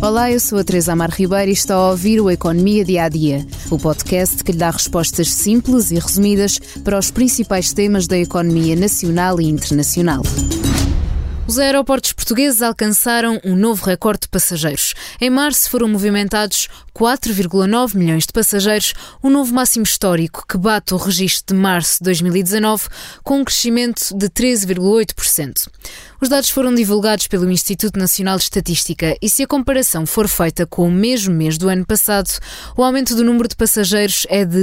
Olá, eu sou a Teresa Amar Ribeiro e está a ouvir o Economia Dia a Dia, o podcast que lhe dá respostas simples e resumidas para os principais temas da economia nacional e internacional. Os aeroportos portugueses alcançaram um novo recorde de passageiros. Em março foram movimentados 4,9 milhões de passageiros, um novo máximo histórico que bate o registro de março de 2019 com um crescimento de 13,8%. Os dados foram divulgados pelo Instituto Nacional de Estatística e, se a comparação for feita com o mesmo mês do ano passado, o aumento do número de passageiros é de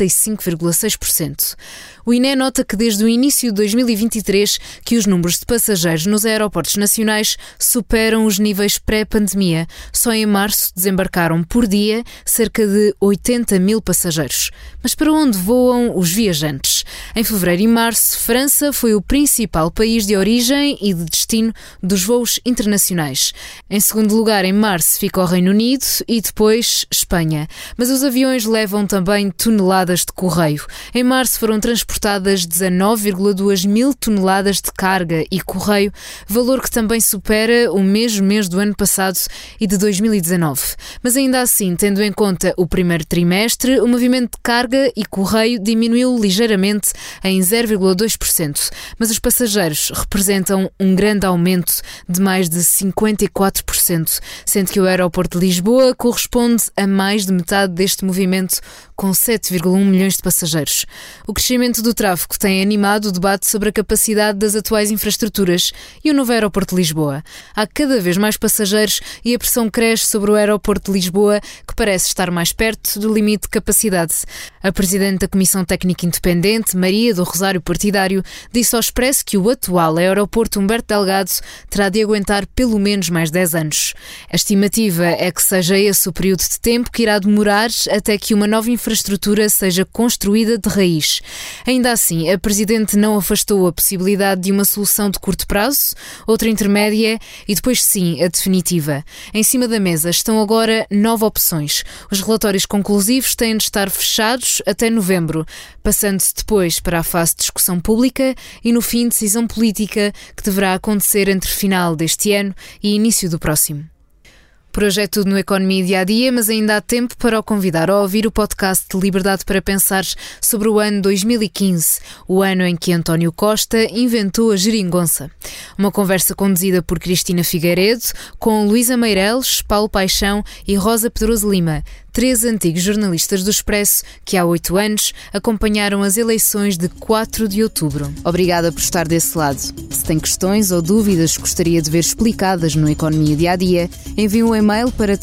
35,6%. O INE nota que desde o início de 2023 que os números de passageiros nos aeroportos nacionais superam os níveis pré-pandemia. Só em março desembarcaram por dia cerca de 80 mil passageiros. Mas para onde voam os viajantes? Em fevereiro e março, França foi o principal país de origem e de destino dos voos internacionais. Em segundo lugar, em março, fica o Reino Unido e depois Espanha. Mas os aviões levam também toneladas de correio. Em março foram transportadas 19,2 mil toneladas de carga e correio, valor que também supera o mesmo mês do ano passado e de 2019. Mas ainda assim, tendo em conta o primeiro trimestre, o movimento de carga e correio diminuiu ligeiramente em 0,2%. Mas os passageiros representam um grande aumento de mais de 54%, sendo que o aeroporto de Lisboa corresponde a mais de metade deste movimento, com 7,1 milhões de passageiros. O crescimento do tráfego tem animado o debate sobre a capacidade das atuais infraestruturas e o novo aeroporto de Lisboa. Há cada vez mais passageiros e a pressão cresce sobre o aeroporto de Lisboa, que parece estar mais perto do limite de capacidade. A presidente da Comissão Técnica Independente, Maria do Rosário Partidário, disse ao Expresso que o atual aeroporto Humberto Delgado terá de aguentar pelo menos mais 10 anos. A estimativa é que seja esse o período de tempo que irá demorar até que uma nova infraestrutura seja construída de raiz. Ainda assim, a presidente não afastou a possibilidade de uma solução de curto prazo, outra intermédia e depois sim a definitiva. Em cima da mesa estão agora 9 opções. Os relatórios conclusivos têm de estar fechados até novembro, passando-se depois para a fase de discussão pública e no fim decisão política que deverá acontecer entre final deste ano e início do próximo. Por hoje é tudo no Economia Dia a Dia, mas ainda há tempo para o convidar a ouvir o podcast de Liberdade para Pensar sobre o ano 2015, o ano em que António Costa inventou a geringonça. Uma conversa conduzida por Cristina Figueiredo, com Luísa Meireles, Paulo Paixão e Rosa Pedroso Lima, 3 antigos jornalistas do Expresso que há 8 anos acompanharam as eleições de 4 de outubro. Obrigada por estar desse lado. Se tem questões ou dúvidas que gostaria de ver explicadas no Economia Dia a Dia, envie um e-mail para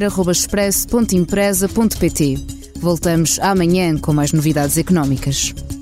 tearibeira@expresso.empresa.pt. Voltamos amanhã com mais novidades económicas.